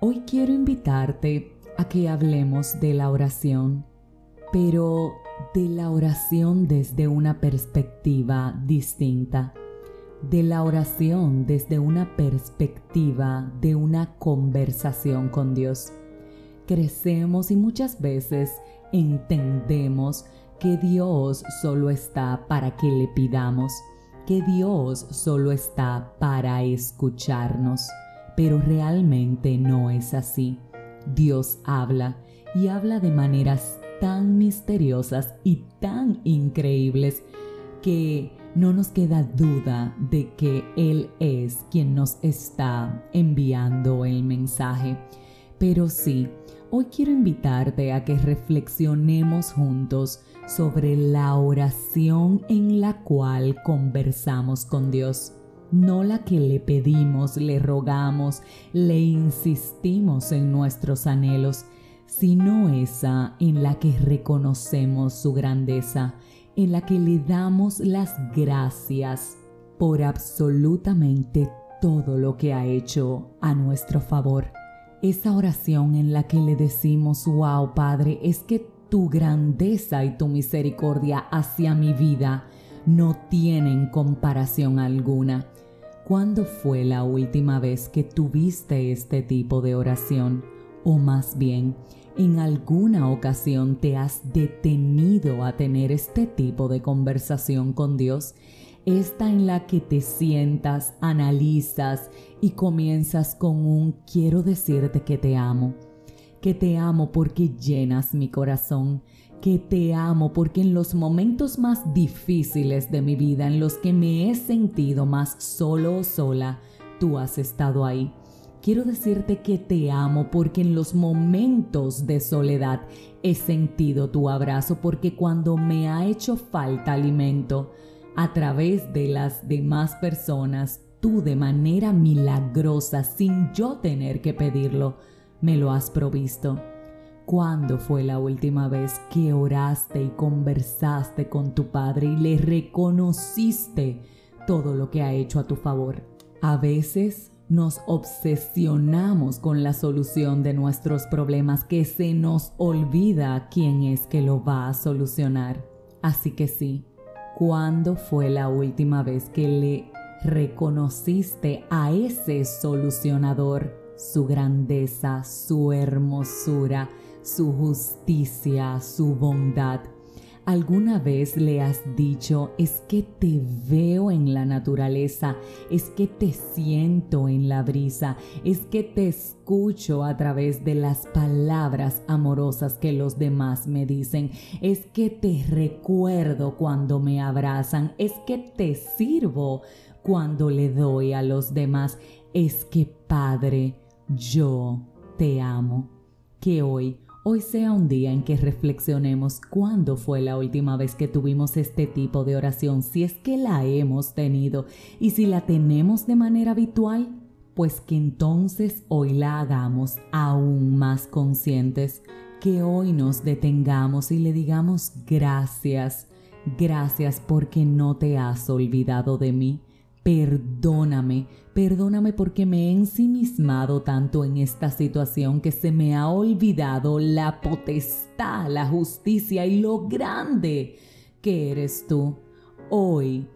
Hoy quiero invitarte a que hablemos de la oración, pero de la oración desde una perspectiva distinta, de la oración desde una perspectiva de una conversación con Dios. Crecemos y muchas veces entendemos que Dios solo está para que le pidamos, que Dios solo está para escucharnos, pero realmente no es así. Dios habla y habla de maneras tan misteriosas y tan increíbles que no nos queda duda de que Él es quien nos está enviando el mensaje. Pero sí, hoy quiero invitarte a que reflexionemos juntos sobre la oración en la cual conversamos con Dios. No la que le pedimos, le rogamos, le insistimos en nuestros anhelos, sino esa en la que reconocemos su grandeza, en la que le damos las gracias por absolutamente todo lo que ha hecho a nuestro favor. Esa oración en la que le decimos: wow, Padre, es que tu grandeza y tu misericordia hacia mi vida no tienen comparación alguna. ¿Cuándo fue la última vez que tuviste este tipo de oración? O más bien, ¿en alguna ocasión te has detenido a tener este tipo de conversación con Dios? Esta en la que te sientas, analizas y comienzas con un quiero decirte que te amo porque llenas mi corazón, que te amo porque en los momentos más difíciles de mi vida, en los que me he sentido más solo o sola, tú has estado ahí. Quiero decirte que te amo porque en los momentos de soledad he sentido tu abrazo, porque cuando me ha hecho falta alimento, a través de las demás personas, tú de manera milagrosa, sin yo tener que pedirlo, me lo has provisto. ¿Cuándo fue la última vez que oraste y conversaste con tu Padre y le reconociste todo lo que ha hecho a tu favor? A veces nos obsesionamos con la solución de nuestros problemas, que se nos olvida quién es que lo va a solucionar. Así que sí, ¿cuándo fue la última vez que le reconociste a ese solucionador su grandeza, su hermosura, su justicia, su bondad? ¿Alguna vez le has dicho: es que te veo en la naturaleza, es que te siento en la brisa, es que te escucho a través de las palabras amorosas que los demás me dicen, es que te recuerdo cuando me abrazan, es que te sirvo cuando le doy a los demás, es que Padre, yo te amo? Que hoy sea un día en que reflexionemos cuándo fue la última vez que tuvimos este tipo de oración, si es que la hemos tenido, y si la tenemos de manera habitual, pues que entonces hoy la hagamos aún más conscientes, que hoy nos detengamos y le digamos gracias, gracias porque no te has olvidado de mí. Perdóname porque me he ensimismado tanto en esta situación que se me ha olvidado la potestad, la justicia y lo grande que eres tú. Hoy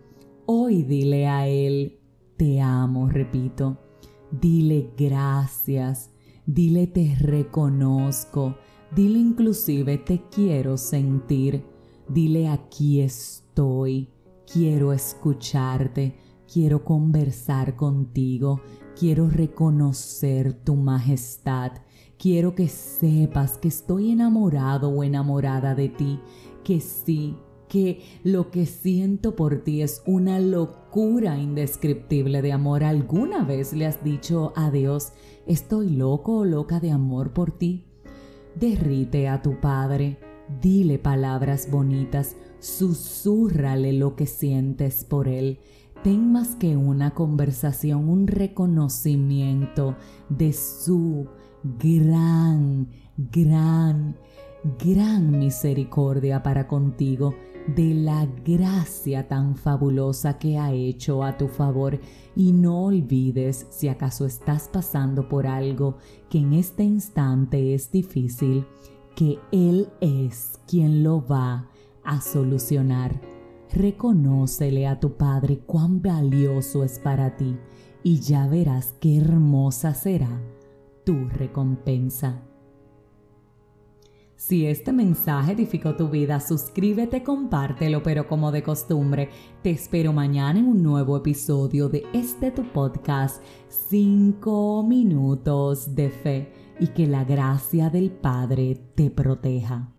dile a Él: te amo, repito. Dile gracias, dile te reconozco, dile inclusive te quiero sentir, dile aquí estoy, quiero escucharte. Quiero conversar contigo, quiero reconocer tu majestad, quiero que sepas que estoy enamorado o enamorada de ti, que sí, que lo que siento por ti es una locura indescriptible de amor. ¿Alguna vez le has dicho a Dios: estoy loco o loca de amor por ti? Derrite a tu Padre, dile palabras bonitas, susúrrale lo que sientes por Él. Ten más que una conversación, un reconocimiento de su gran gran misericordia para contigo, de la gracia tan fabulosa que ha hecho a tu favor, y no olvides, si acaso estás pasando por algo que en este instante es difícil, que Él es quien lo va a solucionar. Reconócele a tu Padre cuán valioso es para ti y ya verás qué hermosa será tu recompensa. Si este mensaje edificó tu vida, suscríbete, compártelo, pero como de costumbre, te espero mañana en un nuevo episodio de tu podcast 5 minutos de fe, y que la gracia del Padre te proteja.